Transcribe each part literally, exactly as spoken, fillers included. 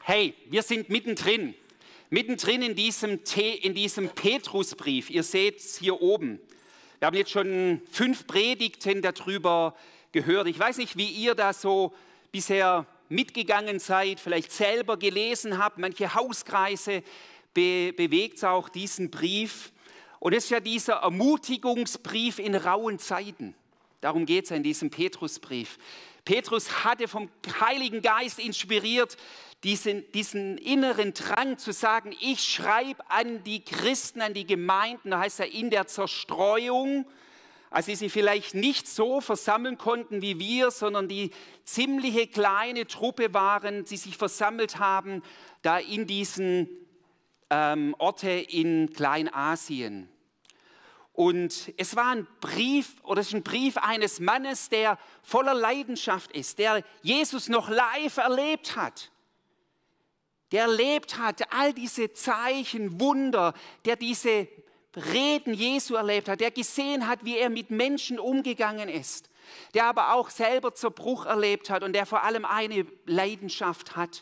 Hey, wir sind mittendrin, mittendrin in diesem, in diesem Petrusbrief. Ihr seht es hier oben. Wir haben jetzt schon fünf Predigten darüber gehört. Ich weiß nicht, wie ihr da so bisher mitgegangen seid, vielleicht selber gelesen habt. Manche Hauskreise be bewegt auch diesen Brief. Und es ist ja dieser Ermutigungsbrief in rauen Zeiten. Darum geht es ja in diesem Petrusbrief. Petrus hatte vom Heiligen Geist inspiriert, diesen, diesen inneren Drang zu sagen, ich schreibe an die Christen, an die Gemeinden, da heißt ja in der Zerstreuung, als sie sich vielleicht nicht so versammeln konnten wie wir, sondern die ziemliche kleine Truppe waren, die sich versammelt haben, da in diesen ähm, Orte in Kleinasien. Und es war ein Brief, oder es ist ein Brief eines Mannes, der voller Leidenschaft ist, der Jesus noch live erlebt hat. Der erlebt hat all diese Zeichen, Wunder, der diese Reden Jesu erlebt hat, der gesehen hat, wie er mit Menschen umgegangen ist, der aber auch selber Zerbruch erlebt hat und der vor allem eine Leidenschaft hat.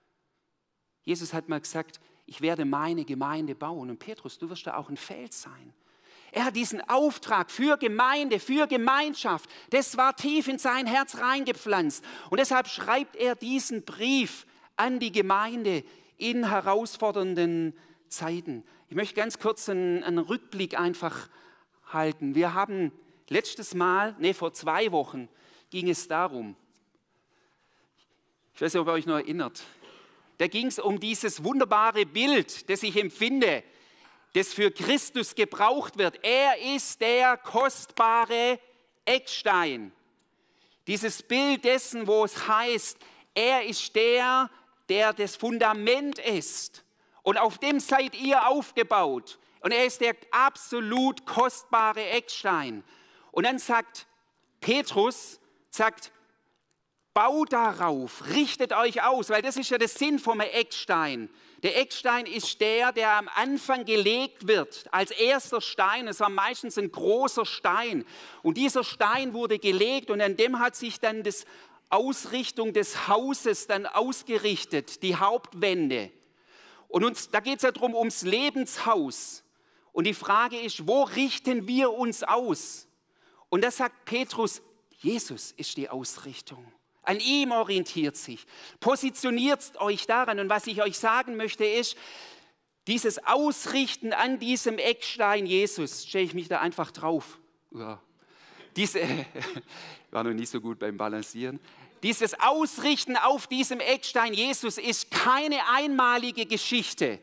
Jesus hat mal gesagt, ich werde meine Gemeinde bauen. Und Petrus, du wirst da auch ein Fels sein. Er hat diesen Auftrag für Gemeinde, für Gemeinschaft, das war tief in sein Herz reingepflanzt. Und deshalb schreibt er diesen Brief an die Gemeinde in herausfordernden Zeiten. Ich möchte ganz kurz einen, einen Rückblick einfach halten. Wir haben letztes Mal, nee, vor zwei Wochen ging es darum, ich weiß nicht, ob ihr euch noch erinnert, da ging es um dieses wunderbare Bild, das ich empfinde, das für Christus gebraucht wird. Er ist der kostbare Eckstein. Dieses Bild dessen, wo es heißt, er ist der, der das Fundament ist. Und auf dem seid ihr aufgebaut. Und er ist der absolut kostbare Eckstein. Und dann sagt Petrus, sagt, baut darauf, richtet euch aus, weil das ist ja der Sinn vom Eckstein. Der Eckstein ist der, der am Anfang gelegt wird, als erster Stein. Es war meistens ein großer Stein. Und dieser Stein wurde gelegt und an dem hat sich dann die Ausrichtung des Hauses dann ausgerichtet, die Hauptwände. Und uns, da geht es ja darum, ums Lebenshaus. Und die Frage ist, wo richten wir uns aus? Und da sagt Petrus, Jesus ist die Ausrichtung. An ihm orientiert sich. Positioniert euch daran. Und was ich euch sagen möchte ist, dieses Ausrichten an diesem Eckstein Jesus, stelle ich mich da einfach drauf. Ja. Diese, ich war noch nicht so gut beim Balancieren. Dieses Ausrichten auf diesem Eckstein Jesus ist keine einmalige Geschichte.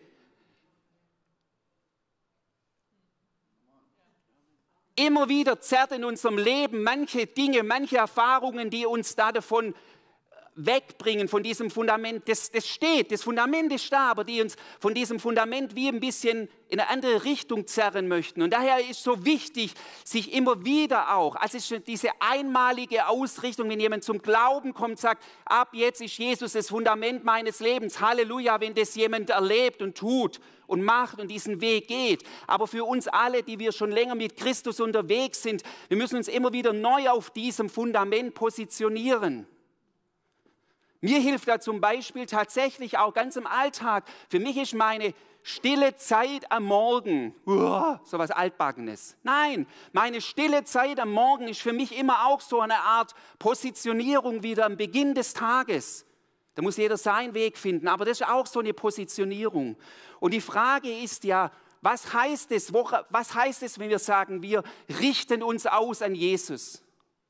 Immer wieder zerrt in unserem Leben manche Dinge, manche Erfahrungen, die uns da davon wegbringen, von diesem Fundament. Das, das steht, das Fundament ist da, aber die uns von diesem Fundament wie ein bisschen in eine andere Richtung zerren möchten. Und daher ist so wichtig, sich immer wieder auch, also es ist diese einmalige Ausrichtung, wenn jemand zum Glauben kommt, sagt, ab jetzt ist Jesus das Fundament meines Lebens. Halleluja, wenn das jemand erlebt und tut und macht und diesen Weg geht. Aber für uns alle, die wir schon länger mit Christus unterwegs sind, wir müssen uns immer wieder neu auf diesem Fundament positionieren. Mir hilft da zum Beispiel tatsächlich auch ganz im Alltag, für mich ist meine stille Zeit am Morgen, uah, so was Altbackenes. Nein, meine stille Zeit am Morgen ist für mich immer auch so eine Art Positionierung wieder am Beginn des Tages. Da muss jeder seinen Weg finden, aber das ist auch so eine Positionierung. Und die Frage ist ja, was heißt es, wo, was heißt es, wenn wir sagen, wir richten uns aus an Jesus?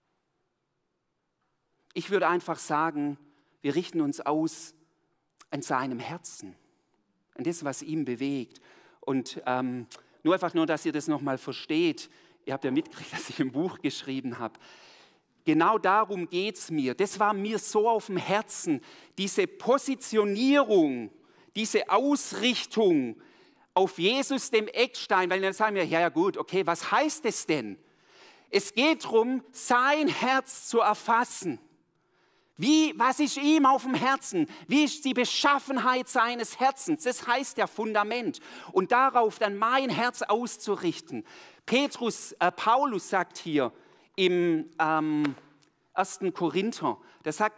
Ich würde einfach sagen, wir richten uns aus an seinem Herzen, an das, was ihn bewegt. Und ähm, nur einfach nur, dass ihr das nochmal versteht. Ihr habt ja mitgekriegt, dass ich ein Buch geschrieben habe. Genau darum geht es mir. Das war mir so auf dem Herzen. Diese Positionierung, diese Ausrichtung auf Jesus, dem Eckstein. Weil dann sagen wir, ja, ja gut, okay, was heißt es denn? Es geht darum, sein Herz zu erfassen. Wie, was ist ihm auf dem Herzen? Wie ist die Beschaffenheit seines Herzens? Das heißt ja Fundament. Und darauf dann mein Herz auszurichten. Petrus, äh, Paulus sagt hier im ähm, ersten Korinther, da sagt er,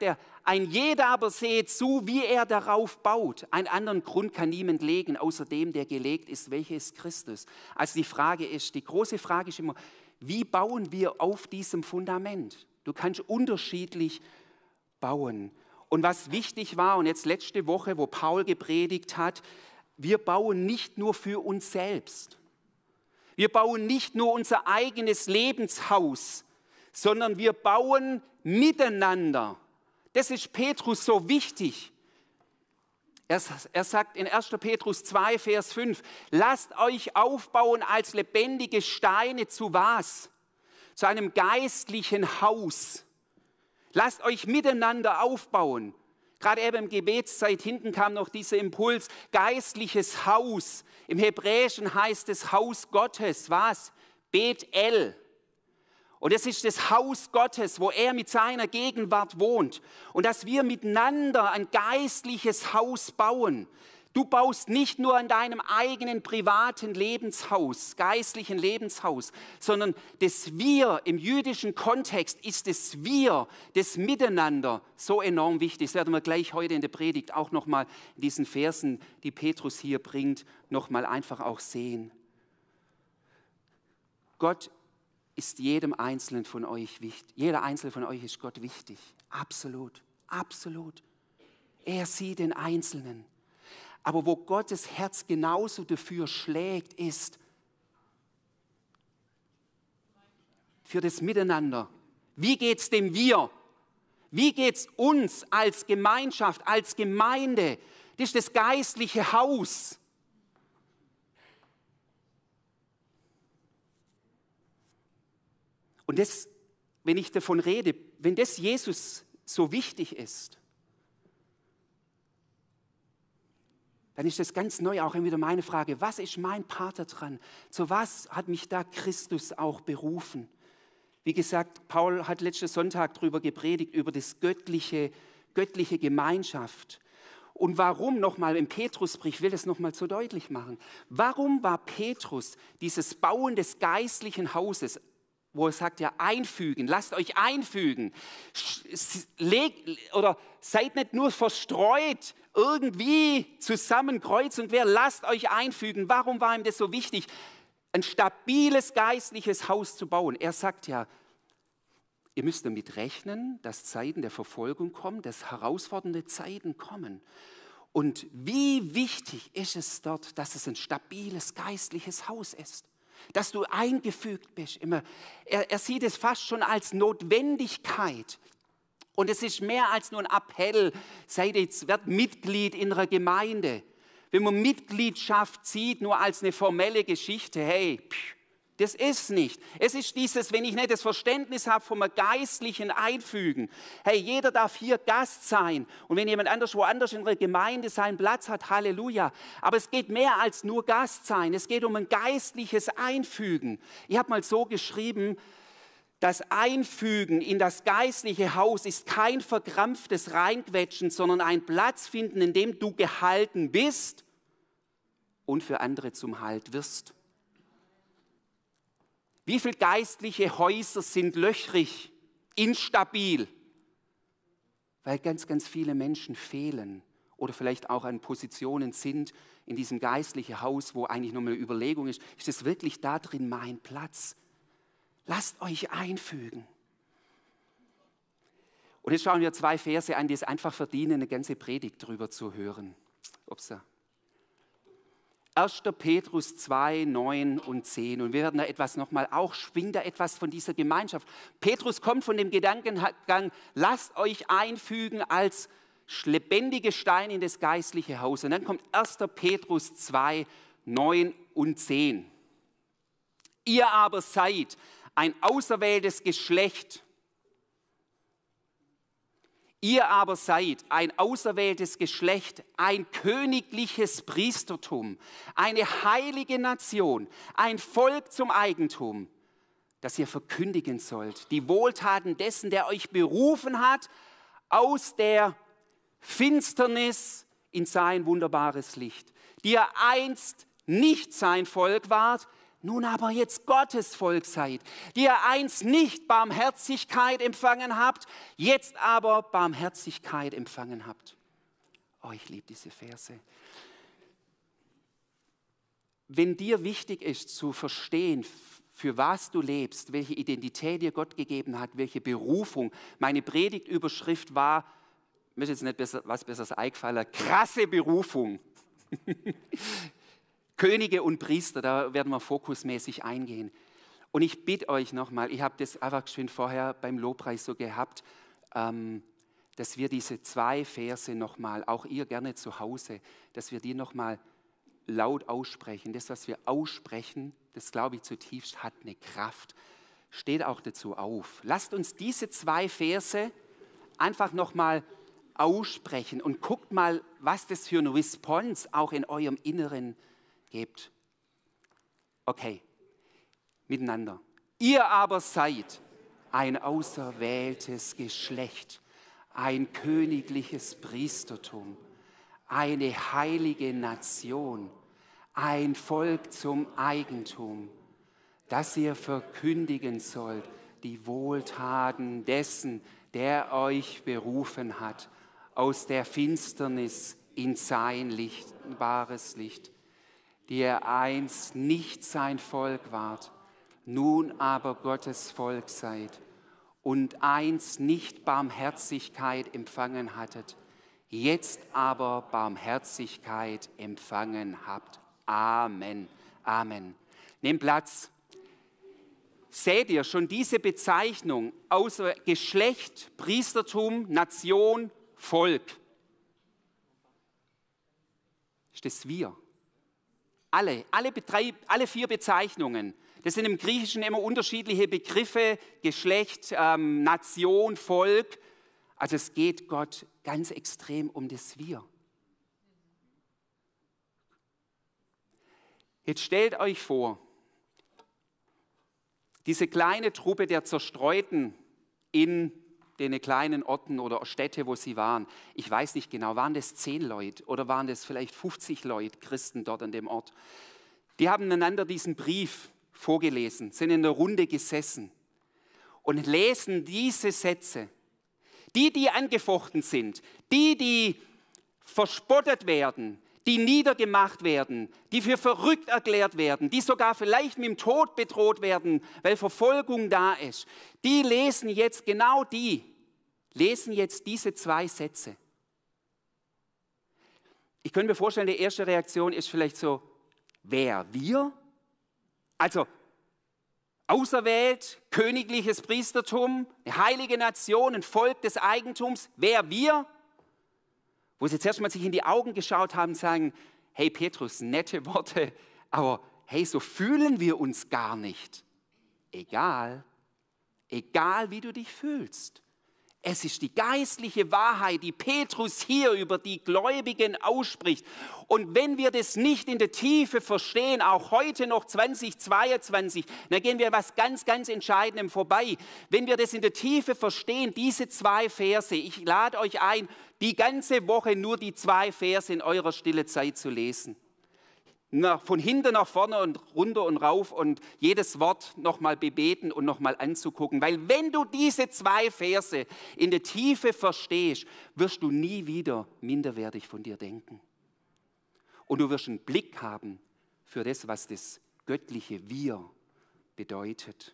Ein jeder aber seht zu, wie er darauf baut. Einen anderen Grund kann niemand legen, außer dem, der gelegt ist, welcher ist Christus. Also die Frage ist, die große Frage ist immer, wie bauen wir auf diesem Fundament? Du kannst unterschiedlich bauen. Und was wichtig war, und jetzt letzte Woche, wo Paul gepredigt hat, wir bauen nicht nur für uns selbst. Wir bauen nicht nur unser eigenes Lebenshaus, sondern wir bauen miteinander. Das ist Petrus so wichtig. Er, er sagt in erster Petrus zwei, Vers fünf, lasst euch aufbauen als lebendige Steine zu was? Zu einem geistlichen Haus. Lasst euch miteinander aufbauen. Gerade eben im Gebetszeit hinten kam noch dieser Impuls, geistliches Haus. Im Hebräischen heißt es Haus Gottes. Was? Bet-El. Und es ist das Haus Gottes, wo er mit seiner Gegenwart wohnt. Und dass wir miteinander ein geistliches Haus bauen. Du baust nicht nur an deinem eigenen privaten Lebenshaus, geistlichen Lebenshaus, sondern das Wir im jüdischen Kontext ist das Wir, das Miteinander so enorm wichtig. Das werden wir gleich heute in der Predigt auch nochmal in diesen Versen, die Petrus hier bringt, nochmal einfach auch sehen. Gott ist jedem Einzelnen von euch wichtig. Jeder Einzelne von euch ist Gott wichtig. Absolut, absolut. Er sieht den Einzelnen. Aber wo Gottes Herz genauso dafür schlägt, ist für das Miteinander. Wie geht es dem Wir? Wie geht es uns als Gemeinschaft, als Gemeinde? Das ist das geistliche Haus. Und das, wenn ich davon rede, wenn das Jesus so wichtig ist, dann ist das ganz neu auch wieder meine Frage, was ist mein Part da dran? Zu was hat mich da Christus auch berufen? Wie gesagt, Paul hat letzten Sonntag darüber gepredigt, über das göttliche, göttliche Gemeinschaft. Und warum, nochmal im Petrusbrief, ich will das nochmal so deutlich machen, warum war Petrus dieses Bauen des geistlichen Hauses, wo er sagt, ja, einfügen, lasst euch einfügen, Leg, oder seid nicht nur verstreut, irgendwie zusammen kreuz und quer, lasst euch einfügen. Warum war ihm das so wichtig, ein stabiles geistliches Haus zu bauen? Er sagt ja, ihr müsst damit rechnen, dass Zeiten der Verfolgung kommen, dass herausfordernde Zeiten kommen. Und wie wichtig ist es dort, dass es ein stabiles geistliches Haus ist? Dass du eingefügt bist. Immer. Er, er sieht es fast schon als Notwendigkeit. Und es ist mehr als nur ein Appell, seid jetzt, werdet Mitglied in einer Gemeinde. Wenn man Mitgliedschaft sieht, nur als eine formelle Geschichte, hey, pff, das ist nicht. Es ist dieses, wenn ich nicht das Verständnis habe vom geistlichen Einfügen. Hey, jeder darf hier Gast sein. Und wenn jemand anders woanders in der Gemeinde seinen Platz hat, Halleluja. Aber es geht mehr als nur Gast sein. Es geht um ein geistliches Einfügen. Ich habe mal so geschrieben, das Einfügen in das geistliche Haus ist kein verkrampftes Reinquetschen, sondern ein Platz finden, in dem du gehalten bist und für andere zum Halt wirst. Wie viele geistliche Häuser sind löchrig, instabil? Weil ganz, ganz viele Menschen fehlen oder vielleicht auch an Positionen sind in diesem geistlichen Haus, wo eigentlich nur eine Überlegung ist, ist es wirklich da drin mein Platz? Lasst euch einfügen. Und jetzt schauen wir zwei Verse an, die es einfach verdienen, eine ganze Predigt darüber zu hören. Upsa. erster Petrus zwei, neun und zehn. Und wir werden da etwas nochmal, auch schwingt da etwas von dieser Gemeinschaft. Petrus kommt von dem Gedankengang, lasst euch einfügen als lebendige Steine in das geistliche Haus. Und dann kommt erster Petrus zwei, neun und zehn. Ihr aber seid ein auserwähltes Geschlecht. Ihr aber seid ein auserwähltes Geschlecht, ein königliches Priestertum, eine heilige Nation, ein Volk zum Eigentum, das ihr verkündigen sollt, die Wohltaten dessen, der euch berufen hat, aus der Finsternis in sein wunderbares Licht, die ihr einst nicht sein Volk wart, nun aber jetzt Gottes Volk seid, die ihr einst nicht Barmherzigkeit empfangen habt, jetzt aber Barmherzigkeit empfangen habt. Oh, ich liebe diese Verse. Wenn dir wichtig ist zu verstehen, für was du lebst, welche Identität dir Gott gegeben hat, welche Berufung, meine Predigtüberschrift war, mir ist jetzt nicht besser, was Besseres eingefallen, krasse Berufung. Könige und Priester, da werden wir fokusmäßig eingehen. Und ich bitte euch nochmal, ich habe das einfach schön vorher beim Lobpreis so gehabt, ähm, dass wir diese zwei Verse nochmal, auch ihr gerne zu Hause, dass wir die nochmal laut aussprechen. Das, was wir aussprechen, das glaube ich zutiefst, hat eine Kraft. Steht auch dazu auf. Lasst uns diese zwei Verse einfach nochmal aussprechen und guckt mal, was das für eine Response auch in eurem Inneren gibt. Okay, miteinander. Ihr aber seid ein auserwähltes Geschlecht, ein königliches Priestertum, eine heilige Nation, ein Volk zum Eigentum, dass ihr verkündigen sollt die Wohltaten dessen, der euch berufen hat, aus der Finsternis in sein Licht, wahres Licht, die ihr einst nicht sein Volk wart, nun aber Gottes Volk seid und einst nicht Barmherzigkeit empfangen hattet, jetzt aber Barmherzigkeit empfangen habt. Amen. Amen. Nehmt Platz. Seht ihr schon diese Bezeichnung außer Geschlecht, Priestertum, Nation, Volk? Ist das wir? Alle, alle, drei, alle vier Bezeichnungen. Das sind im Griechischen immer unterschiedliche Begriffe, Geschlecht, ähm, Nation, Volk. Also es geht Gott ganz extrem um das Wir. Jetzt stellt euch vor, diese kleine Truppe der Zerstreuten in den kleinen Orten oder Städte, wo sie waren, ich weiß nicht genau, waren das zehn Leute oder waren das vielleicht fünfzig Leute, Christen dort an dem Ort? Die haben einander diesen Brief vorgelesen, sind in der Runde gesessen und lesen diese Sätze. Die, die angefochten sind, die, die verspottet werden, die niedergemacht werden, die für verrückt erklärt werden, die sogar vielleicht mit dem Tod bedroht werden, weil Verfolgung da ist, die lesen jetzt, genau die, lesen jetzt diese zwei Sätze. Ich könnte mir vorstellen, die erste Reaktion ist vielleicht so, wer? Wir? Also, auserwählt, königliches Priestertum, eine heilige Nation, ein Volk des Eigentums. Wer? Wir? Wo sie zuerst mal sich in die Augen geschaut haben und sagen, hey Petrus, nette Worte, aber hey, so fühlen wir uns gar nicht. Egal, egal wie du dich fühlst. Es ist die geistliche Wahrheit, die Petrus hier über die Gläubigen ausspricht. Und wenn wir das nicht in der Tiefe verstehen, auch heute noch zwanzig zweiundzwanzig, dann gehen wir was ganz, ganz Entscheidendem vorbei. Wenn wir das in der Tiefe verstehen, diese zwei Verse, ich lade euch ein, die ganze Woche nur die zwei Verse in eurer stille Zeit zu lesen. Von hinten nach vorne und runter und rauf und jedes Wort nochmal bebeten und nochmal anzugucken. Weil wenn du diese zwei Verse in der Tiefe verstehst, wirst du nie wieder minderwertig von dir denken. Und du wirst einen Blick haben für das, was das göttliche Wir bedeutet.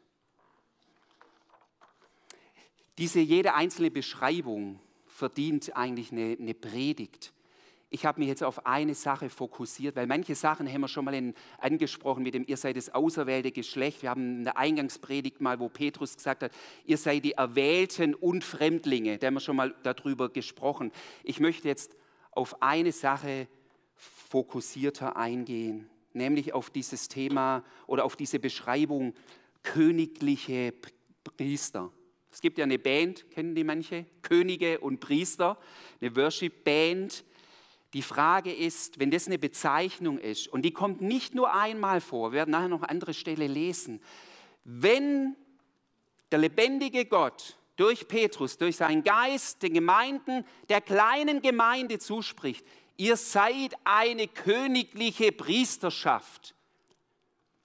Diese jede einzelne Beschreibung verdient eigentlich eine, eine Predigt. Ich habe mich jetzt auf eine Sache fokussiert, weil manche Sachen haben wir schon mal in, angesprochen mit dem, ihr seid das auserwählte Geschlecht. Wir haben eine Eingangspredigt mal, wo Petrus gesagt hat, ihr seid die Erwählten und Fremdlinge. Da haben wir schon mal darüber gesprochen. Ich möchte jetzt auf eine Sache fokussierter eingehen, nämlich auf dieses Thema oder auf diese Beschreibung königliche Priester. Es gibt ja eine Band, kennen die manche? Könige und Priester, eine Worship-Band. Die Frage ist, wenn das eine Bezeichnung ist, und die kommt nicht nur einmal vor, wir werden nachher noch andere Stelle lesen, wenn der lebendige Gott durch Petrus, durch seinen Geist, den Gemeinden, der kleinen Gemeinde zuspricht, ihr seid eine königliche Priesterschaft,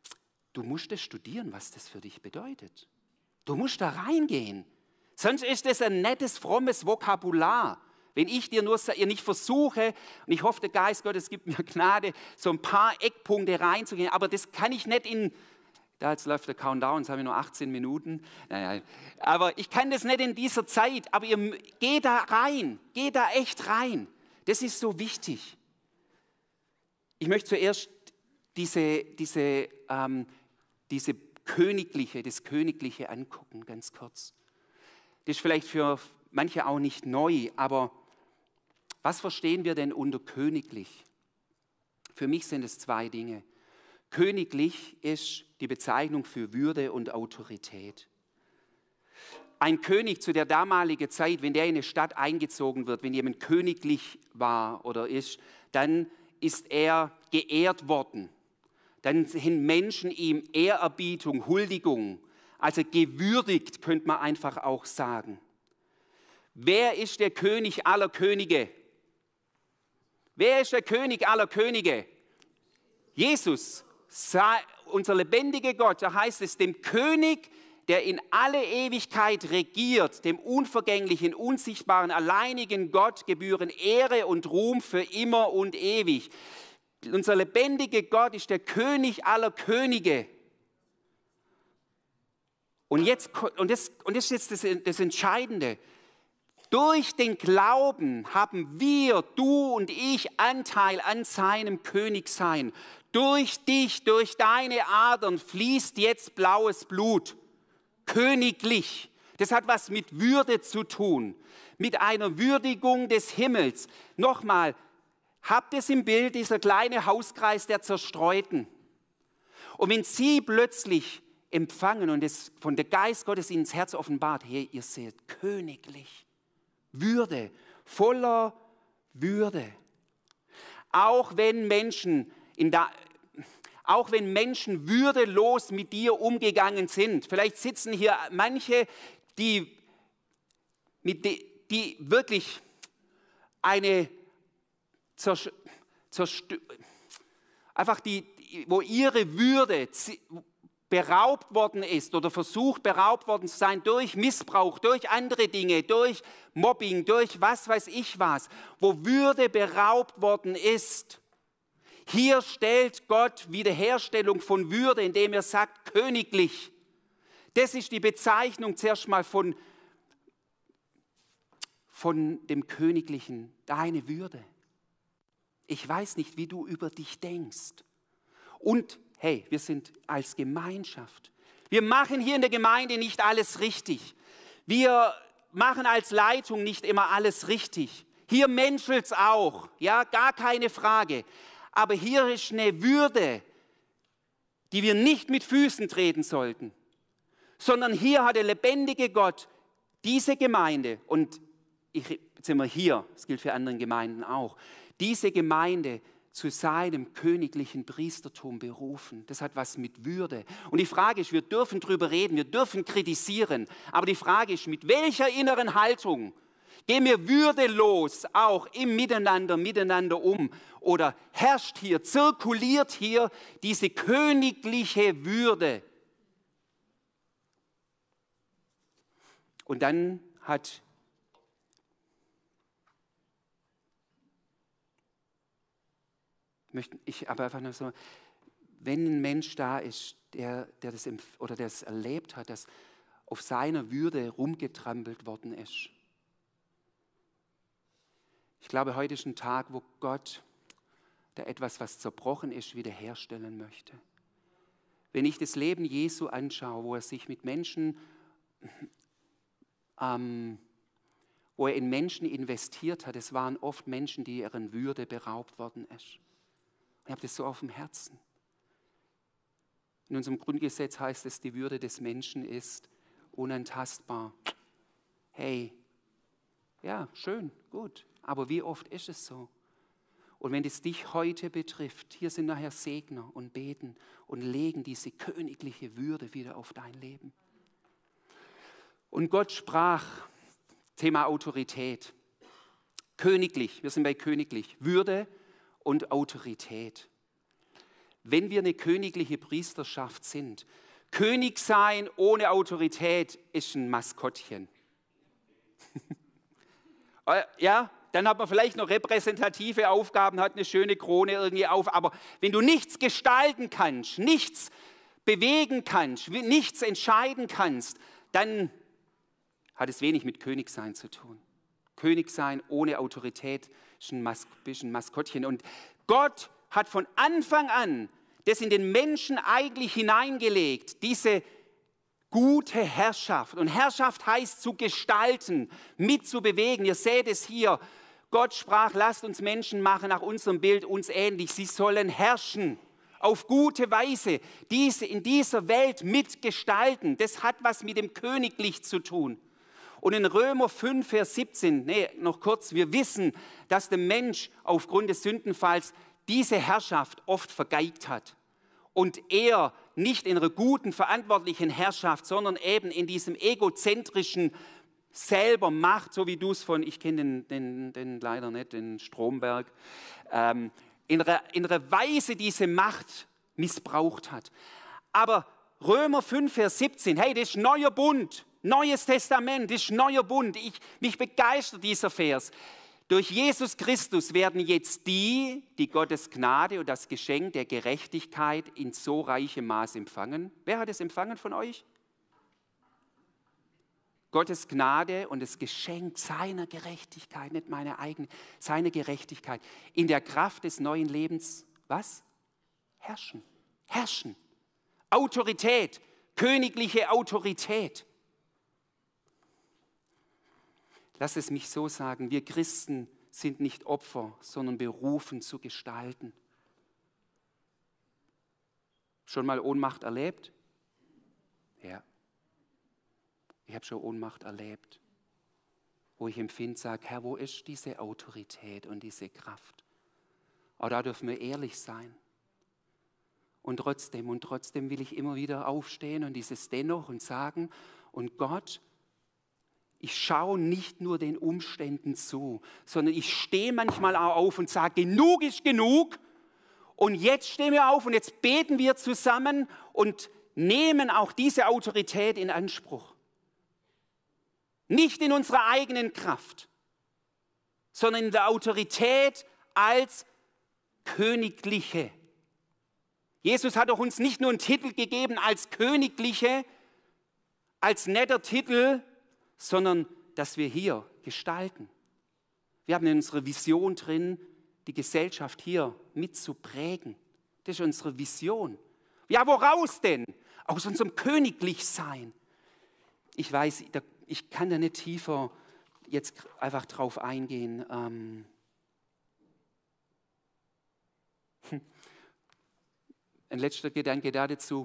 du musst es studieren, was das für dich bedeutet. Du musst da reingehen. Sonst ist es ein nettes, frommes Vokabular. Wenn ich dir nur ihr nicht versuche, und ich hoffe, der Geist Gottes gibt mir Gnade, so ein paar Eckpunkte reinzugehen, aber das kann ich nicht in, da jetzt läuft der Countdown, jetzt habe ich nur achtzehn Minuten, naja, aber ich kann das nicht in dieser Zeit, aber ihr geht da rein, geht da echt rein. Das ist so wichtig. Ich möchte zuerst diese, diese, ähm, diese Königliche, das Königliche angucken, ganz kurz. Das ist vielleicht für manche auch nicht neu, aber was verstehen wir denn unter königlich? Für mich sind es zwei Dinge. Königlich ist die Bezeichnung für Würde und Autorität. Ein König zu der damaligen Zeit, wenn der in eine Stadt eingezogen wird, wenn jemand königlich war oder ist, dann ist er geehrt worden. Dann sind Menschen ihm Ehrerbietung, Huldigung, also gewürdigt, könnte man einfach auch sagen. Wer ist der König aller Könige? Wer ist der König aller Könige? Jesus, unser lebendiger Gott, da heißt es, dem König, der in alle Ewigkeit regiert, dem unvergänglichen, unsichtbaren, alleinigen Gott gebühren Ehre und Ruhm für immer und ewig. Unser lebendiger Gott ist der König aller Könige. Und, jetzt, und, das, und das ist jetzt das, das Entscheidende. Durch den Glauben haben wir, du und ich, Anteil an seinem Königsein. Durch dich, durch deine Adern fließt jetzt blaues Blut. Königlich. Das hat was mit Würde zu tun, mit einer Würdigung des Himmels. Nochmal, habt es im Bild, dieser kleine Hauskreis der Zerstreuten. Und wenn sie plötzlich empfangen und es von der Geist Gottes ihnen ins Herz offenbart, hey, ihr seid königlich. Würde, voller Würde. Auch wenn Menschen, in der, auch wenn Menschen würdelos mit dir umgegangen sind, vielleicht sitzen hier manche, die, mit die, die wirklich eine Zerstö Zerstö einfach die, wo ihre Würde beraubt worden ist oder versucht beraubt worden zu sein durch Missbrauch, durch andere Dinge, durch Mobbing, durch was weiß ich was, wo Würde beraubt worden ist. Hier stellt Gott Wiederherstellung von Würde, indem er sagt, königlich. Das ist die Bezeichnung zuerst mal von, von dem Königlichen, deine Würde. Ich weiß nicht, wie du über dich denkst. Und hey, wir sind als Gemeinschaft. Wir machen hier in der Gemeinde nicht alles richtig. Wir machen als Leitung nicht immer alles richtig. Hier menschelt es auch, ja, gar keine Frage. Aber hier ist eine Würde, die wir nicht mit Füßen treten sollten, sondern hier hat der lebendige Gott diese Gemeinde, und ich, jetzt sind wir hier, das gilt für andere Gemeinden auch, diese Gemeinde zu seinem königlichen Priestertum berufen. Das hat was mit Würde. Und die Frage ist, wir dürfen drüber reden, wir dürfen kritisieren, aber die Frage ist, mit welcher inneren Haltung gehen wir würdelos auch im Miteinander, miteinander um? Oder herrscht hier, zirkuliert hier diese königliche Würde? Und dann hat ich aber einfach nur so, wenn ein Mensch da ist, der, der das oder der es erlebt hat, dass auf seiner Würde rumgetrampelt worden ist. Ich glaube, heute ist ein Tag, wo Gott da etwas, was zerbrochen ist, wiederherstellen möchte. Wenn ich das Leben Jesu anschaue, wo er sich mit Menschen, ähm, wo er in Menschen investiert hat, es waren oft Menschen, die ihren Würde beraubt worden ist. Ich habe das so auf dem Herzen. In unserem Grundgesetz heißt es, die Würde des Menschen ist unantastbar. Hey, ja, schön, gut, aber wie oft ist es so? Und wenn es dich heute betrifft, hier sind nachher Segner und beten und legen diese königliche Würde wieder auf dein Leben. Und Gott sprach, Thema Autorität, königlich, wir sind bei königlich, Würde und Autorität. wenn wir eine königliche Priesterschaft sind. König sein ohne Autorität ist ein Maskottchen. Ja, dann hat man vielleicht noch repräsentative Aufgaben, hat eine schöne Krone irgendwie auf, aber wenn du nichts gestalten kannst, nichts bewegen kannst, nichts entscheiden kannst, dann hat es wenig mit Königsein zu tun. Königsein ohne Autorität ist ein, Mas- ist ein Maskottchen. Und Gott hat von Anfang an das in den Menschen eigentlich hineingelegt, diese gute Herrschaft. Und Herrschaft heißt zu gestalten, mitzubewegen. Ihr seht es hier. Gott sprach, lasst uns Menschen machen nach unserem Bild, uns ähnlich. Sie sollen herrschen auf gute Weise, diese in dieser Welt mitgestalten. Das hat was mit dem Königlich zu tun. Und in Römer fünf, Vers siebzehn, nee, noch kurz, wir wissen, dass der Mensch aufgrund des Sündenfalls diese Herrschaft oft vergeigt hat. Und er nicht in einer guten, verantwortlichen Herrschaft, sondern eben in diesem egozentrischen selber Macht, so wie du es von, ich kenne den, den, den leider nicht, den Stromberg, ähm, in, einer, in einer Weise diese Macht missbraucht hat. Aber Römer fünf, Vers siebzehn, hey, das ist neuer Bund, neues Testament, das ist neuer Bund. Ich, mich begeistert dieser Vers. Durch Jesus Christus werden jetzt die, die Gottes Gnade und das Geschenk der Gerechtigkeit in so reichem Maß empfangen. Wer hat es empfangen von euch? Gottes Gnade und das Geschenk seiner Gerechtigkeit, nicht meine eigene, seine Gerechtigkeit. In der Kraft des neuen Lebens, was? Herrschen. Herrschen. Autorität, königliche Autorität. Lass es mich so sagen, wir Christen sind nicht Opfer, sondern berufen zu gestalten. Schon mal Ohnmacht erlebt? Ja. Ich habe schon Ohnmacht erlebt, wo ich empfinde, sage, Herr, wo ist diese Autorität und diese Kraft? Aber da dürfen wir ehrlich sein. Und trotzdem, und trotzdem will ich immer wieder aufstehen und dieses Dennoch und sagen, und Gott, ich schaue nicht nur den Umständen zu, sondern ich stehe manchmal auch auf und sage, genug ist genug. Und jetzt stehen wir auf und jetzt beten wir zusammen und nehmen auch diese Autorität in Anspruch. Nicht in unserer eigenen Kraft, sondern in der Autorität als Königliche. Jesus hat doch uns nicht nur einen Titel gegeben als Königliche, als netter Titel, sondern dass wir hier gestalten. Wir haben in unserer Vision drin, die Gesellschaft hier mitzuprägen. Das ist unsere Vision. Ja, woraus denn? Aus unserem Königlichsein. Ich weiß, ich kann da nicht tiefer jetzt einfach drauf eingehen. Ähm Ein letzter Gedanke dazu.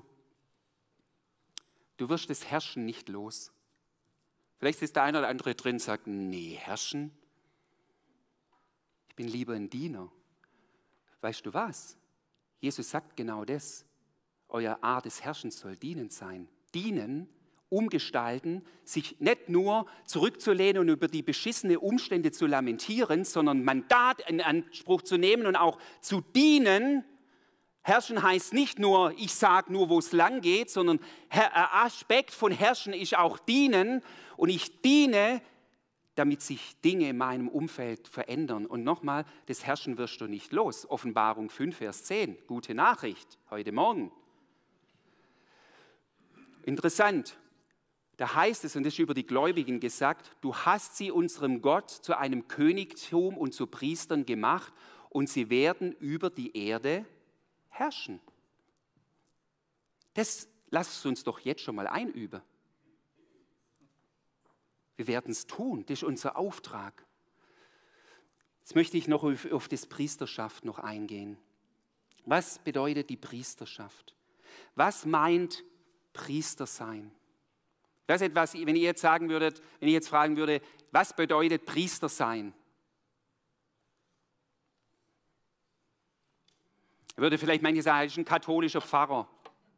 Du wirst das Herrschen nicht los. Vielleicht ist der eine oder andere drin und sagt, nee, herrschen? Ich bin lieber ein Diener. Weißt du was? Jesus sagt genau das. Euer Art des Herrschens soll dienend sein. Dienen, umgestalten, sich nicht nur zurückzulehnen und über die beschissenen Umstände zu lamentieren, sondern Mandat in Anspruch zu nehmen und auch zu dienen. Herrschen heißt nicht nur, ich sage nur, wo es lang geht, sondern ein Aspekt von Herrschen ist auch dienen. Und ich diene, damit sich Dinge in meinem Umfeld verändern. Und nochmal, das Herrschen wirst du nicht los. Offenbarung fünf, Vers zehn. Gute Nachricht, heute Morgen. Interessant. Da heißt es, und das ist über die Gläubigen gesagt, du hast sie unserem Gott zu einem Königtum und zu Priestern gemacht und sie werden über die Erde herrschen. Das lasst uns doch jetzt schon mal einüben. Wir werden es tun, das ist unser Auftrag. Jetzt möchte ich noch auf, auf das Priesterschaft noch eingehen. Was bedeutet die Priesterschaft? Was meint Priester sein? Ich weiß nicht, was, wenn ihr jetzt sagen würdet, wenn ich jetzt fragen würde, was bedeutet Priester sein? Würde vielleicht manche sagen, er ist ein katholischer Pfarrer.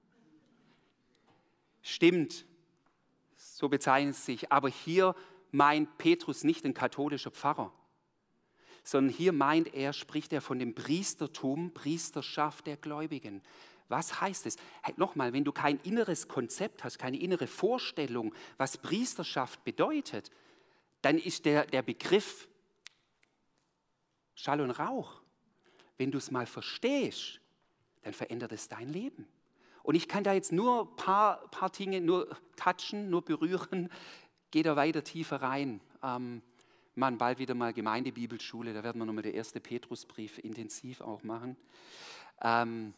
Stimmt, so bezeichnet es sich. Aber hier meint Petrus nicht ein katholischer Pfarrer, sondern hier meint er, spricht er von dem Priestertum, Priesterschaft der Gläubigen. Was heißt es? Hey, nochmal, wenn du kein inneres Konzept hast, keine innere Vorstellung, was Priesterschaft bedeutet, dann ist der, der Begriff Schall und Rauch. Wenn du es mal verstehst, dann verändert es dein Leben. Und ich kann da jetzt nur ein paar, paar Dinge nur touchen, nur berühren, gehe da weiter tiefer rein. Ähm, wir machen bald wieder mal Gemeindebibelschule, da werden wir nochmal den ersten Petrusbrief intensiv auch machen. Ähm,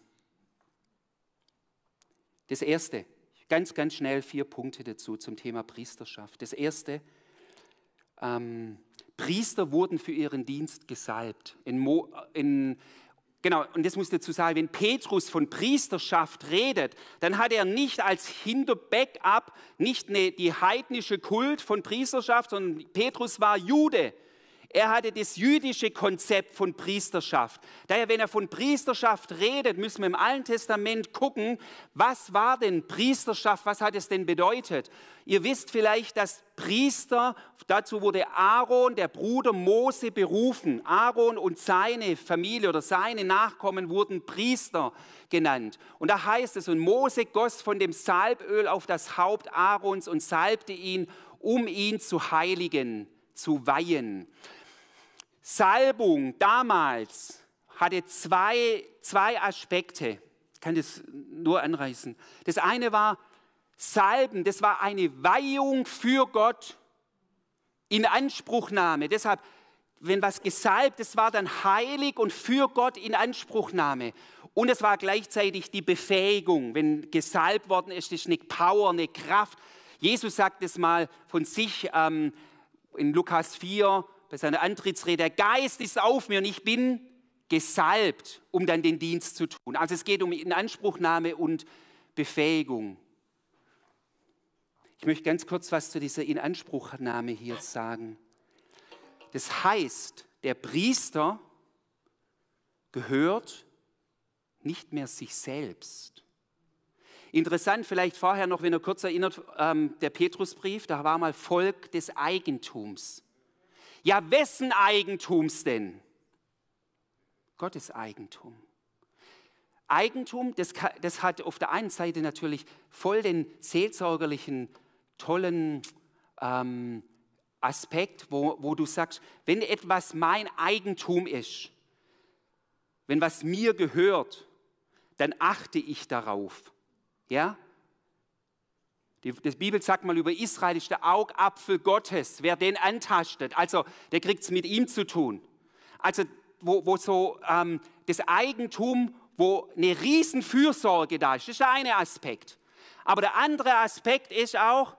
das Erste, ganz, ganz schnell vier Punkte dazu zum Thema Priesterschaft. Das Erste, ähm, Priester wurden für ihren Dienst gesalbt. In, Mo, in Genau, und das muss ich dazu sagen, wenn Petrus von Priesterschaft redet, dann hat er nicht als Hinter-Backup nicht eine, die heidnische Kult von Priesterschaft, sondern Petrus war Jude. Er hatte das jüdische Konzept von Priesterschaft. Daher, wenn er von Priesterschaft redet, müssen wir im Alten Testament gucken, was war denn Priesterschaft, was hat es denn bedeutet? Ihr wisst vielleicht, dass Priester, dazu wurde Aaron, der Bruder Mose, berufen. Aaron und seine Familie oder seine Nachkommen wurden Priester genannt. Und da heißt es, und Mose goss von dem Salböl auf das Haupt Aarons und salbte ihn, um ihn zu heiligen, zu weihen. Salbung damals hatte zwei, zwei Aspekte. Ich kann das nur anreißen. Das eine war Salben, das war eine Weihung für Gott, in Anspruchnahme. Deshalb, wenn was gesalbt, das war dann heilig und für Gott in Anspruchnahme. Und es war gleichzeitig die Befähigung. Wenn gesalbt worden ist, ist eine Power, eine Kraft. Jesus sagt es mal von sich ähm, in Lukas vier, bei seiner Antrittsrede, der Geist ist auf mir und ich bin gesalbt, um dann den Dienst zu tun. Also es geht um Inanspruchnahme und Befähigung. Ich möchte ganz kurz was zu dieser Inanspruchnahme hier sagen. Das heißt, der Priester gehört nicht mehr sich selbst. Interessant vielleicht vorher noch, wenn ihr kurz erinnert, ähm, der Petrusbrief, da war mal Volk des Eigentums. Ja, wessen Eigentums denn? Gottes Eigentum. Eigentum, das, das hat auf der einen Seite natürlich voll den seelsorgerlichen, tollen ähm, Aspekt, wo, wo du sagst, wenn etwas mein Eigentum ist, wenn was mir gehört, dann achte ich darauf. Ja? Die, die Bibel sagt mal über Israel, ist der Augapfel Gottes. Wer den antastet, also der kriegt es mit ihm zu tun. Also wo, wo so ähm, das Eigentum, wo eine Riesenfürsorge da ist, das ist der eine Aspekt. Aber der andere Aspekt ist auch,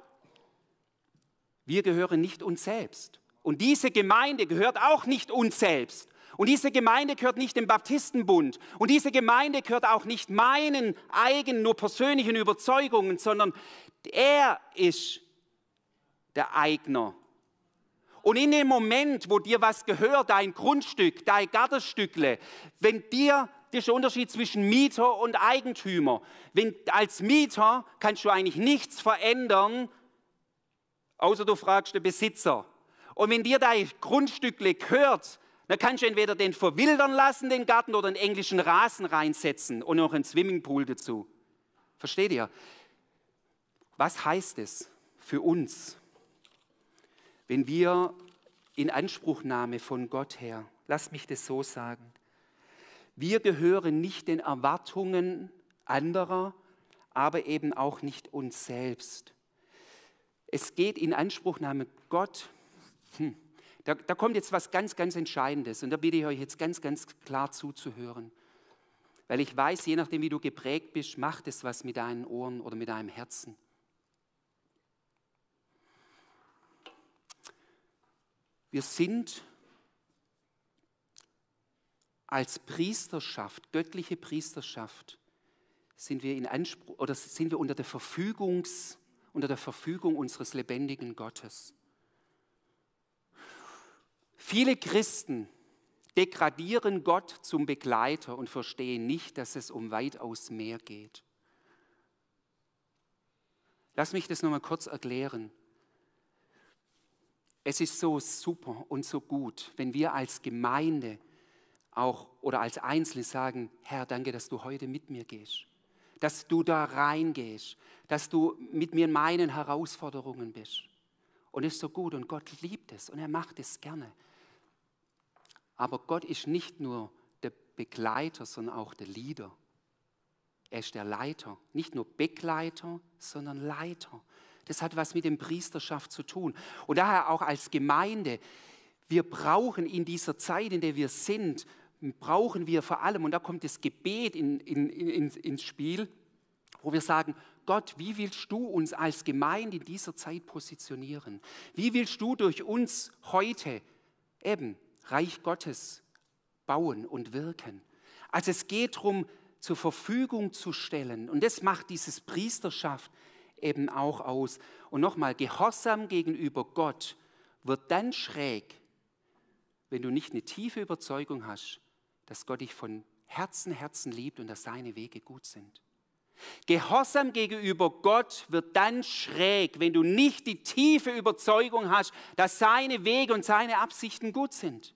wir gehören nicht uns selbst. Und diese Gemeinde gehört auch nicht uns selbst. Und diese Gemeinde gehört nicht dem Baptistenbund. Und diese Gemeinde gehört auch nicht meinen eigenen, nur persönlichen Überzeugungen, sondern er ist der Eigner. Und in dem Moment, wo dir was gehört, dein Grundstück, dein Gartenstückle, wenn dir, das ist der Unterschied zwischen Mieter und Eigentümer. Wenn, als Mieter kannst du eigentlich nichts verändern, außer du fragst den Besitzer. Und wenn dir dein Grundstückle gehört, dann kannst du entweder den verwildern lassen, den Garten, oder einen englischen Rasen reinsetzen und noch einen Swimmingpool dazu. Versteht ihr? Was heißt es für uns, wenn wir in Anspruchnahme von Gott her, lass mich das so sagen, wir gehören nicht den Erwartungen anderer, aber eben auch nicht uns selbst. Es geht in Anspruchnahme Gott, hm, da, da kommt jetzt was ganz, ganz Entscheidendes und da bitte ich euch jetzt ganz, ganz klar zuzuhören. Weil ich weiß, je nachdem wie du geprägt bist, macht es was mit deinen Ohren oder mit deinem Herzen. Wir sind als Priesterschaft, göttliche Priesterschaft, sind wir in Anspruch oder sind wir unter der Verfügungs, unter der Verfügung unseres lebendigen Gottes. Viele Christen degradieren Gott zum Begleiter und verstehen nicht, dass es um weitaus mehr geht. Lass mich das nochmal kurz erklären. Es ist so super und so gut, wenn wir als Gemeinde auch oder als Einzelne sagen, Herr, danke, dass du heute mit mir gehst, dass du da reingehst, dass du mit mir in meinen Herausforderungen bist. Und es ist so gut und Gott liebt es und er macht es gerne. Aber Gott ist nicht nur der Begleiter, sondern auch der Leader. Er ist der Leiter, nicht nur Begleiter, sondern Leiter. Das hat was mit der Priesterschaft zu tun. Und daher auch als Gemeinde, wir brauchen in dieser Zeit, in der wir sind, brauchen wir vor allem, und da kommt das Gebet in, in, in, ins Spiel, wo wir sagen, Gott, wie willst du uns als Gemeinde in dieser Zeit positionieren? Wie willst du durch uns heute eben Reich Gottes bauen und wirken? Also es geht darum, zur Verfügung zu stellen. Und das macht dieses Priesterschaft eben auch aus. Und nochmal, Gehorsam gegenüber Gott wird dann schräg, wenn du nicht eine tiefe Überzeugung hast, dass Gott dich von Herzen, Herzen liebt und dass seine Wege gut sind. Gehorsam gegenüber Gott wird dann schräg, wenn du nicht die tiefe Überzeugung hast, dass seine Wege und seine Absichten gut sind.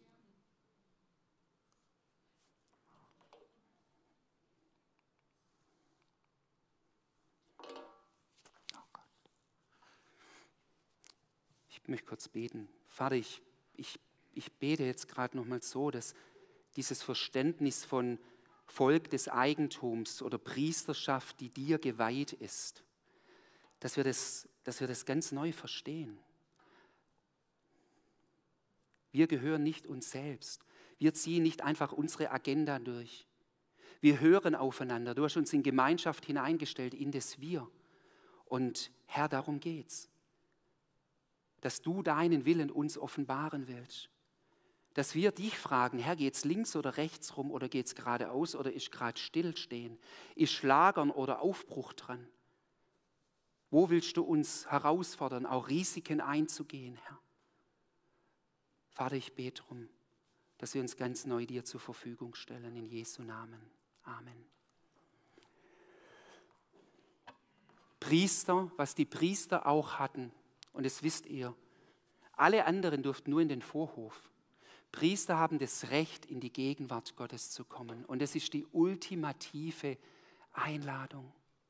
Ich möchte kurz beten. Vater, ich, ich, ich bete jetzt gerade nochmal so, dass dieses Verständnis von Volk des Eigentums oder Priesterschaft, die dir geweiht ist, dass wir das, dass wir das ganz neu verstehen. Wir gehören nicht uns selbst. Wir ziehen nicht einfach unsere Agenda durch. Wir hören aufeinander. Du hast uns in Gemeinschaft hineingestellt, in das Wir. Und Herr, darum geht's. Dass du deinen Willen uns offenbaren willst. Dass wir dich fragen, Herr, geht's links oder rechts rum oder geht's geradeaus oder ist gerade Stillstehen? Ist Schlagern oder Aufbruch dran? Wo willst du uns herausfordern, auch Risiken einzugehen, Herr? Vater, ich bete darum, dass wir uns ganz neu dir zur Verfügung stellen, in Jesu Namen. Amen. Priester, was die Priester auch hatten, und das wisst ihr, alle anderen durften nur in den Vorhof. Priester haben das Recht, in die Gegenwart Gottes zu kommen. Und das ist die ultimative Einladung.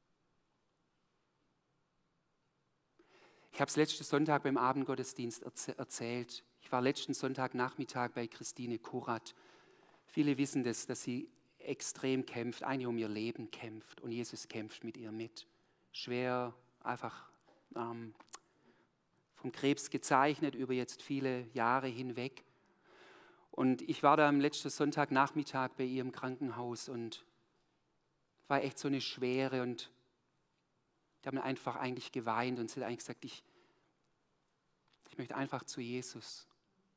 Ich habe es letzten Sonntag beim Abendgottesdienst erzählt. Ich war letzten Sonntagnachmittag bei Christine Kurat. Viele wissen das, dass sie extrem kämpft, eigentlich um ihr Leben kämpft. Und Jesus kämpft mit ihr mit. Schwer, einfach ähm, vom Krebs gezeichnet über jetzt viele Jahre hinweg. Und ich war da am letzten Sonntagnachmittag bei ihr im Krankenhaus und war echt so eine Schwere und ich habe einfach eigentlich geweint und sie hat eigentlich gesagt, ich, ich möchte einfach zu Jesus.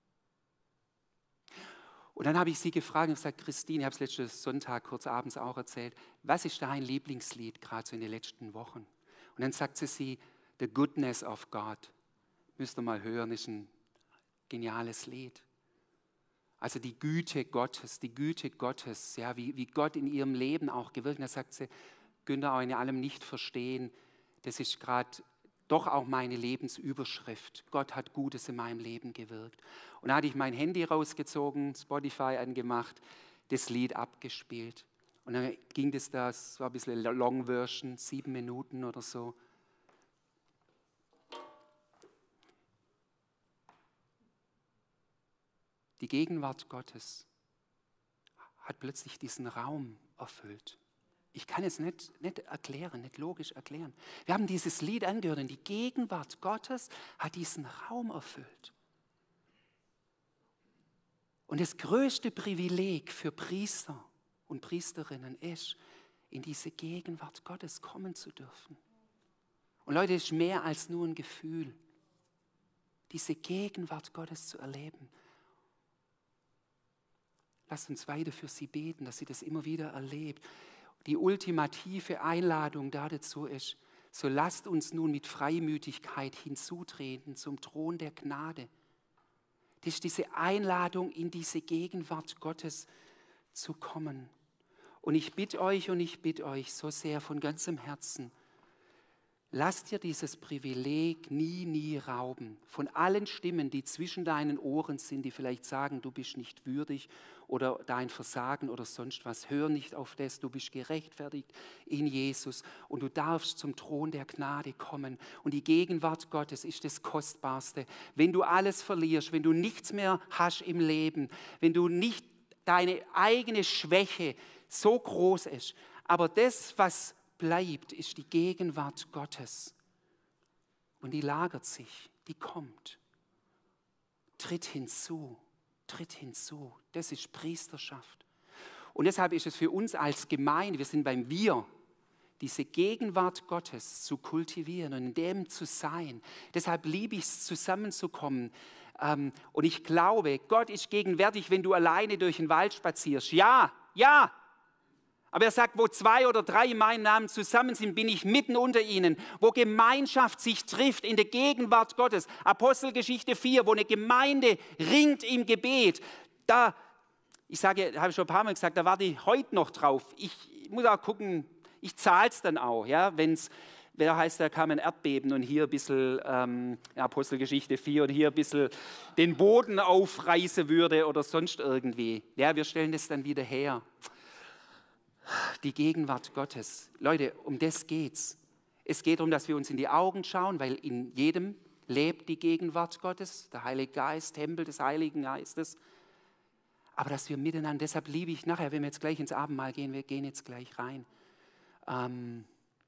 Und dann habe ich sie gefragt und gesagt, Christine, ich habe es letzten Sonntag kurz abends auch erzählt, was ist dein Lieblingslied gerade so in den letzten Wochen? Und dann sagt sie, sie The Goodness of God. Müsst ihr mal hören, ist ein geniales Lied. Also die Güte Gottes, die Güte Gottes, ja, wie, wie Gott in ihrem Leben auch gewirkt hat. Da sagt sie, könnt ihr auch in allem nicht verstehen, das ist gerade doch auch meine Lebensüberschrift. Gott hat Gutes in meinem Leben gewirkt. Und da hatte ich mein Handy rausgezogen, Spotify angemacht, das Lied abgespielt. Und dann ging das, das war ein bisschen Long Version, sieben Minuten oder so. Die Gegenwart Gottes hat plötzlich diesen Raum erfüllt. Ich kann es nicht, nicht erklären, nicht logisch erklären. Wir haben dieses Lied angehört und die Gegenwart Gottes hat diesen Raum erfüllt. Und das größte Privileg für Priester und Priesterinnen ist, in diese Gegenwart Gottes kommen zu dürfen. Und Leute, es ist mehr als nur ein Gefühl, diese Gegenwart Gottes zu erleben. Lasst uns weiter für sie beten, dass sie das immer wieder erlebt. Die ultimative Einladung dazu ist, so lasst uns nun mit Freimütigkeit hinzutreten zum Thron der Gnade. Das ist diese Einladung, in diese Gegenwart Gottes zu kommen. Und ich bitte euch und ich bitte euch so sehr von ganzem Herzen, Lass dir dieses Privileg nie, nie rauben. Von allen Stimmen, die zwischen deinen Ohren sind, die vielleicht sagen, du bist nicht würdig oder dein Versagen oder sonst was. Hör nicht auf das, du bist gerechtfertigt in Jesus und du darfst zum Thron der Gnade kommen. Und die Gegenwart Gottes ist das Kostbarste. Wenn du alles verlierst, wenn du nichts mehr hast im Leben, wenn du nicht deine eigene Schwäche so groß ist, aber das, was bleibt, ist die Gegenwart Gottes. Und die lagert sich, die kommt. Tritt hinzu, tritt hinzu. Das ist Priesterschaft. Und deshalb ist es für uns als Gemeinde, wir sind beim Wir, diese Gegenwart Gottes zu kultivieren und in dem zu sein. Deshalb liebe ich es, zusammenzukommen. Und ich glaube, Gott ist gegenwärtig, wenn du alleine durch den Wald spazierst. Ja, ja. Aber er sagt, wo zwei oder drei in meinem Namen zusammen sind, bin ich mitten unter ihnen. Wo Gemeinschaft sich trifft in der Gegenwart Gottes. Apostelgeschichte vier, wo eine Gemeinde ringt im Gebet. Da, ich sage, habe ich schon ein paar Mal gesagt, da warte ich heute noch drauf. Ich muss auch gucken, ich zahle es dann auch. Ja, wenn es, da heißt, da kam ein Erdbeben und hier ein bisschen, ähm, Apostelgeschichte vier, und hier ein bisschen den Boden aufreißen würde oder sonst irgendwie. Ja, wir stellen das dann wieder her. Die Gegenwart Gottes. Leute, um das geht's. Es geht darum, dass wir uns in die Augen schauen, weil in jedem lebt die Gegenwart Gottes, der Heilige Geist, Tempel des Heiligen Geistes. Aber dass wir miteinander, deshalb liebe ich nachher, wenn wir jetzt gleich ins Abendmahl gehen, wir gehen jetzt gleich rein. Ähm,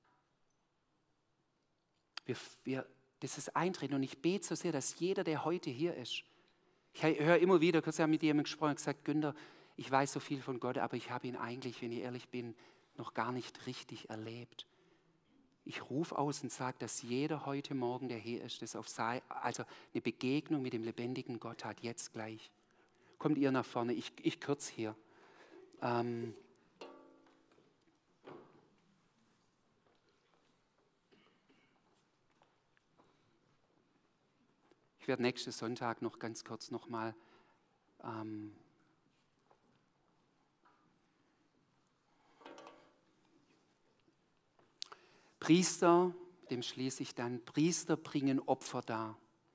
wir, wir, das ist Eintreten und ich bete so sehr, dass jeder, der heute hier ist, ich höre immer wieder, ich habe mit jemandem gesprochen und gesagt, Günther, ich weiß so viel von Gott, aber ich habe ihn eigentlich, wenn ich ehrlich bin, noch gar nicht richtig erlebt. Ich rufe aus und sage, dass jeder heute Morgen, der hier ist, das auf sei, also eine Begegnung mit dem lebendigen Gott hat, jetzt gleich. Kommt ihr nach vorne, ich, ich kürze hier. Ähm ich werde nächsten Sonntag noch ganz kurz nochmal ähm Priester, dem schließe ich dann, Priester bringen Opfer dar.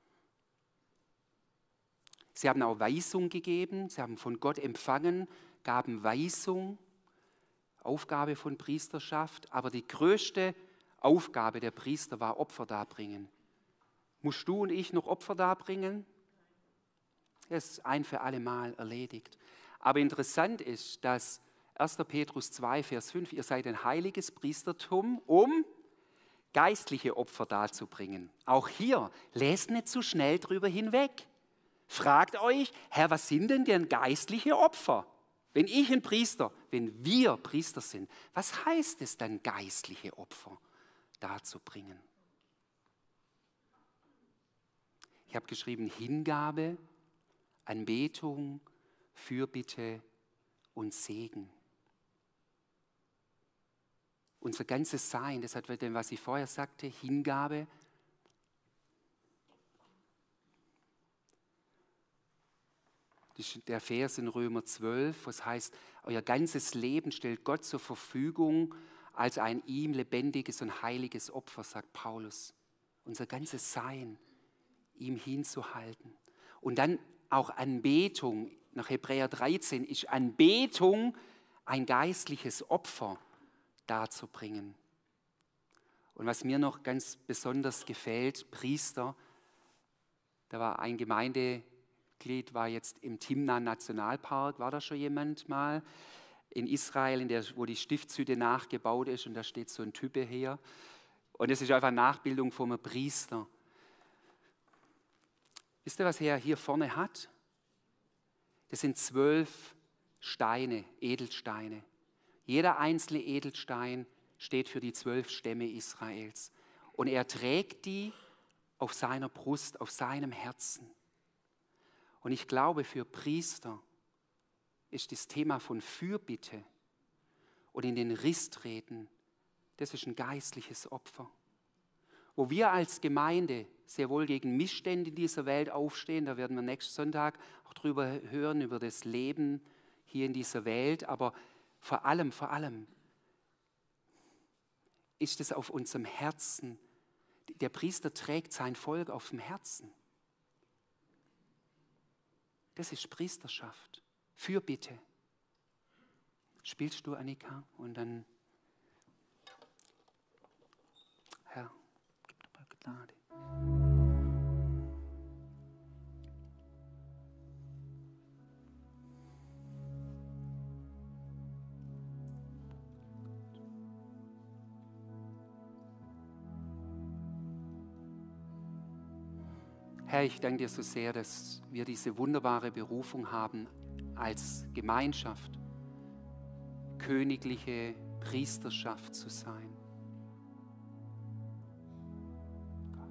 Sie haben auch Weisung gegeben, sie haben von Gott empfangen, gaben Weisung, Aufgabe von Priesterschaft, aber die größte Aufgabe der Priester war Opfer darbringen. Musst du und ich noch Opfer darbringen? Das ist ein für alle Mal erledigt. Aber interessant ist, dass erster Petrus zwei, Vers fünf, ihr seid ein heiliges Priestertum, um geistliche Opfer darzubringen. Auch hier, lest nicht zu schnell drüber hinweg. Fragt euch, Herr, was sind denn denn geistliche Opfer? Wenn ich ein Priester, wenn wir Priester sind, was heißt es dann, geistliche Opfer darzubringen? Ich habe geschrieben, Hingabe, Anbetung, Fürbitte und Segen. Unser ganzes Sein, das hat, was ich vorher sagte, Hingabe. Das ist der Vers in Römer zwölf, was heißt, euer ganzes Leben stellt Gott zur Verfügung als ein ihm lebendiges und heiliges Opfer, sagt Paulus. Unser ganzes Sein, ihm hinzuhalten. Und dann auch Anbetung, nach Hebräer dreizehn ist Anbetung ein geistliches Opfer darzubringen. Und was mir noch ganz besonders gefällt, Priester, da war ein Gemeindeglied, war jetzt im Timna-Nationalpark, war da schon jemand mal? In Israel, in der, wo die Stiftshütte nachgebaut ist und da steht so ein Typ her. Und das ist einfach eine Nachbildung von einem Priester. Wisst ihr, was er hier vorne hat? Das sind zwölf Steine, Edelsteine. Jeder einzelne Edelstein steht für die zwölf Stämme Israels. Und er trägt die auf seiner Brust, auf seinem Herzen. Und ich glaube, für Priester ist das Thema von Fürbitte und in den Riss treten, das ist ein geistliches Opfer. Wo wir als Gemeinde sehr wohl gegen Missstände in dieser Welt aufstehen, da werden wir nächsten Sonntag auch drüber hören, über das Leben hier in dieser Welt, aber vor allem, vor allem ist es auf unserem Herzen, Der Priester trägt sein Volk auf dem Herzen. Das ist Priesterschaft. Fürbitte. Spielst du, Annika? Und dann, Herr, gib dir mal Gnade. Herr, ich danke dir so sehr, dass wir diese wunderbare Berufung haben, als Gemeinschaft, königliche Priesterschaft zu sein. Gott.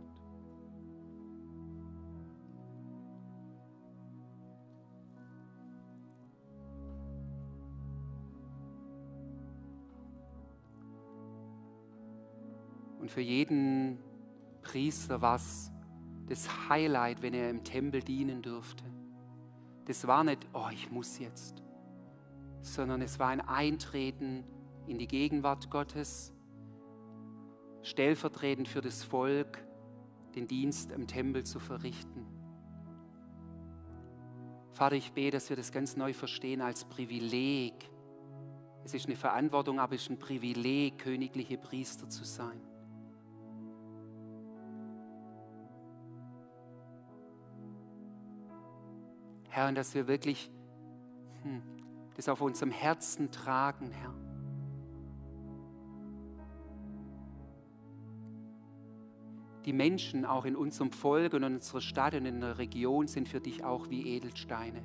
Und für jeden Priester war es das Highlight, wenn er im Tempel dienen durfte. Das war nicht, oh, ich muss jetzt, sondern es war ein Eintreten in die Gegenwart Gottes, stellvertretend für das Volk, den Dienst im Tempel zu verrichten. Vater, ich bete, dass wir das ganz neu verstehen als Privileg. Es ist eine Verantwortung, aber es ist ein Privileg, königliche Priester zu sein. Herr, und dass wir wirklich hm, das auf unserem Herzen tragen, Herr. Die Menschen auch in unserem Volk und in unserer Stadt und in der Region sind für dich auch wie Edelsteine.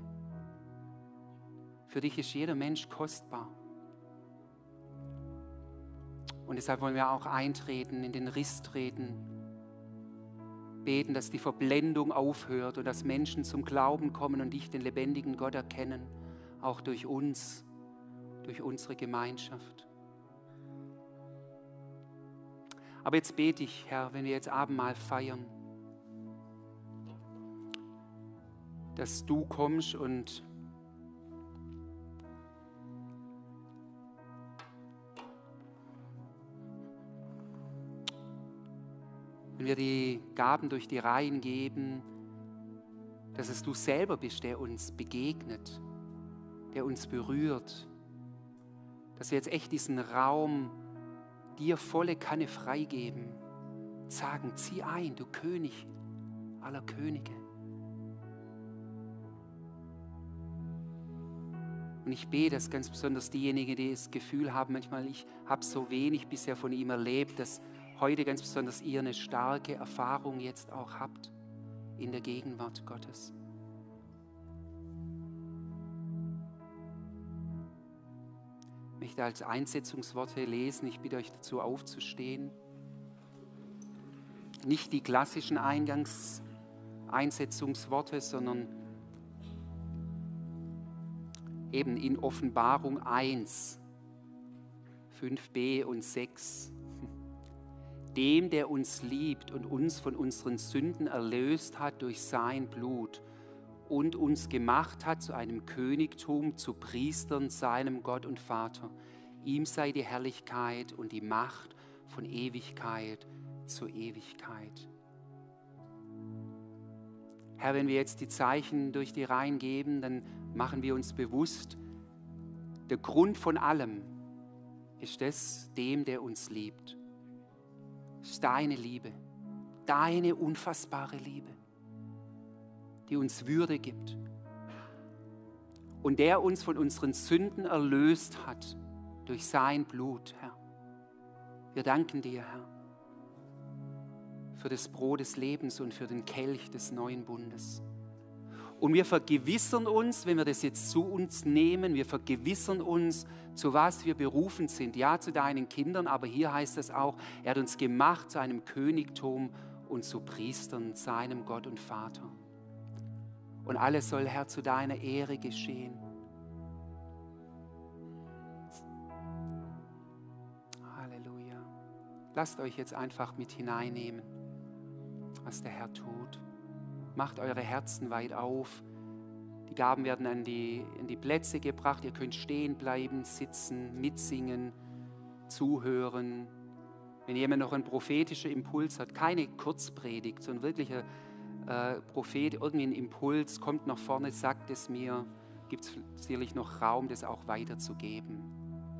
Für dich ist jeder Mensch kostbar. Und deshalb wollen wir auch eintreten, in den Riss treten, beten, dass die Verblendung aufhört und dass Menschen zum Glauben kommen und dich, den lebendigen Gott, erkennen, auch durch uns, durch unsere Gemeinschaft. Aber jetzt bete ich, Herr, wenn wir jetzt Abendmahl feiern, dass du kommst und wenn wir die Gaben durch die Reihen geben, dass es du selber bist, der uns begegnet, der uns berührt, dass wir jetzt echt diesen Raum dir volle Kanne freigeben, sagen, zieh ein, du König aller Könige. Und ich bete, dass ganz besonders diejenigen, die das Gefühl haben, manchmal, ich habe so wenig bisher von ihm erlebt, dass heute ganz besonders ihr eine starke Erfahrung jetzt auch habt in der Gegenwart Gottes. Ich möchte als Einsetzungsworte lesen, ich bitte euch dazu aufzustehen. Nicht die klassischen Eingangseinsetzungsworte, sondern eben in Offenbarung eins, fünf b und sechs. Dem, der uns liebt und uns von unseren Sünden erlöst hat durch sein Blut und uns gemacht hat zu einem Königtum, zu Priestern seinem Gott und Vater. Ihm sei die Herrlichkeit und die Macht von Ewigkeit zu Ewigkeit. Herr, wenn wir jetzt die Zeichen durch die Reihen geben, dann machen wir uns bewusst, der Grund von allem ist das, dem, der uns liebt. Es ist deine Liebe, deine unfassbare Liebe, die uns Würde gibt und der uns von unseren Sünden erlöst hat durch sein Blut, Herr. Wir danken dir, Herr, für das Brot des Lebens und für den Kelch des neuen Bundes. Und wir vergewissern uns, wenn wir das jetzt zu uns nehmen, wir vergewissern uns, zu was wir berufen sind. Ja, zu deinen Kindern, aber hier heißt es auch, er hat uns gemacht zu einem Königtum und zu Priestern, seinem Gott und Vater. Und alles soll, Herr, zu deiner Ehre geschehen. Halleluja. Lasst euch jetzt einfach mit hineinnehmen, was der Herr tut. Macht eure Herzen weit auf. Die Gaben werden an die, in die Plätze gebracht. Ihr könnt stehen bleiben, sitzen, mitsingen, zuhören. Wenn jemand noch einen prophetischen Impuls hat, keine Kurzpredigt, sondern wirklich ein äh, Prophet, irgendwie ein Impuls, kommt nach vorne, sagt es mir, gibt es sicherlich noch Raum, das auch weiterzugeben.